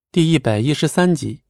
第113集。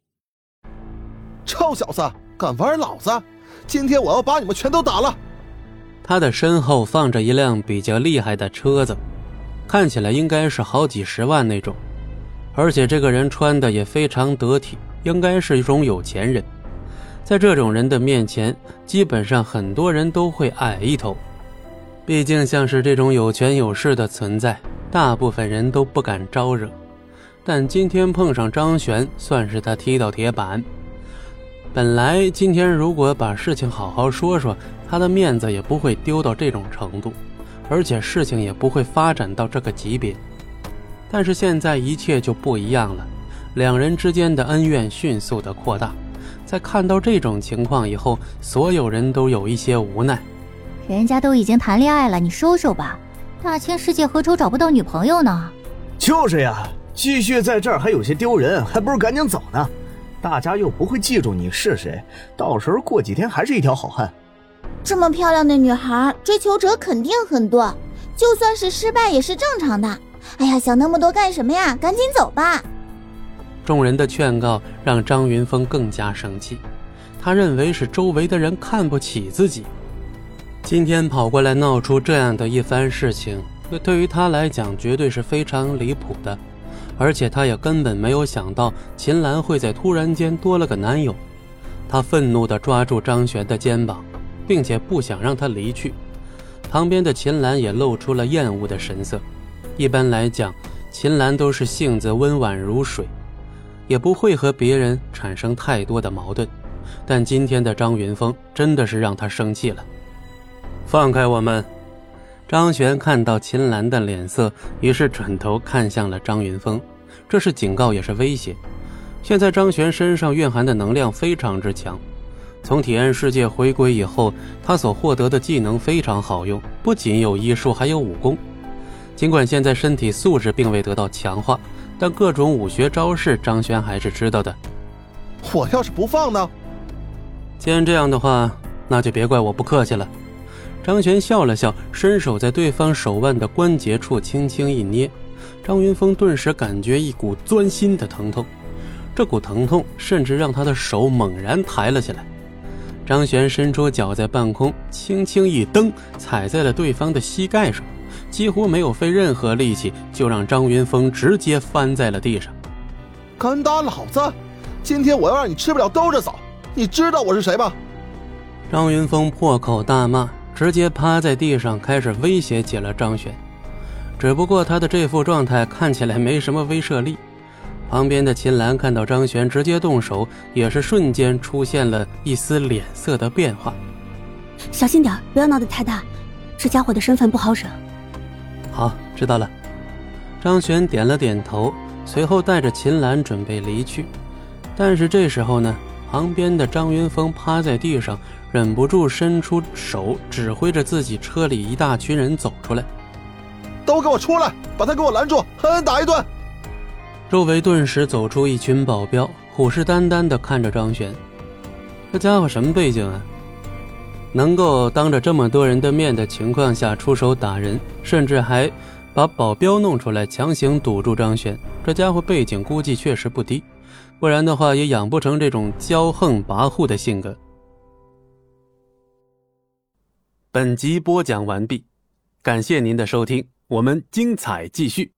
臭小子，敢玩老子！今天我要把你们全都打了！ 他的身后放着一辆比较厉害的车子，看起来应该是好几十万那种，而且这个人穿的也非常得体，应该是一种有钱人。在这种人的面前，基本上很多人都会矮一头，毕竟像是这种有权有势的存在，大部分人都不敢招惹。但今天碰上张璇，算是他踢到铁板。本来今天如果把事情好好说说，他的面子也不会丢到这种程度，而且事情也不会发展到这个级别。但是现在一切就不一样了，两人之间的恩怨迅速的扩大。在看到这种情况以后，所有人都有一些无奈。 人家都已经谈恋爱了，你收收吧，大千世界何愁找不到女朋友呢？ 就是呀，继续在这儿还有些丢人，还不如赶紧走呢。大家又不会记住你是谁，到时候过几天还是一条好汉。 这么漂亮的女孩，追求者肯定很多，就算是失败也是正常的。哎呀，想那么多干什么呀？赶紧走吧。 众人的劝告让张云峰更加生气，他认为是周围的人看不起自己，今天跑过来闹出这样的一番事情，对于他来讲绝对是非常离谱的。而且他也根本没有想到秦岚会在突然间多了个男友。他愤怒地抓住张璇的肩膀，并且不想让他离去。旁边的秦岚也露出了厌恶的神色。一般来讲，秦岚都是性子温婉如水，也不会和别人产生太多的矛盾，但今天的张云峰真的是让他生气了。放开我们！张璇看到秦岚的脸色，于是转头看向了张云峰，这是警告也是威胁。现在张璇身上蕴含的能量非常之强，从体验世界回归以后，他所获得的技能非常好用，不仅有医术还有武功。尽管现在身体素质并未得到强化，但各种武学招式张璇还是知道的。 我要是不放呢？ 既然这样的话，那就别怪我不客气了。张璇笑了笑，伸手在对方手腕的关节处轻轻一捏，张云峰顿时感觉一股钻心的疼痛，这股疼痛甚至让他的手猛然抬了起来。张璇伸出脚在半空轻轻一蹬，踩在了对方的膝盖上，几乎没有费任何力气，就让张云峰直接翻在了地上。 敢打老子！今天我要让你吃不了兜着走！你知道我是谁吗？ 张云峰破口大骂，直接趴在地上开始威胁起了张璇。只不过他的这副状态看起来没什么威慑力。旁边的秦岚看到张璇直接动手，也是瞬间出现了一丝脸色的变化。 小心点，不要闹得太大，这家伙的身份不好惹。 好，知道了。张璇点了点头，随后带着秦岚准备离去。但是这时候呢，旁边的张云峰趴在地上，忍不住伸出手指挥着自己车里一大群人走出来。 都给我出来，把他给我拦住，狠狠打一顿！ 周围顿时走出一群保镖，虎视眈眈地看着张璇。这家伙什么背景啊？能够当着这么多人的面的情况下出手打人，甚至还把保镖弄出来强行堵住张璇，这家伙背景估计确实不低，不然的话也养不成这种骄横跋扈的性格。本集播讲完毕，感谢您的收听，我们精彩继续。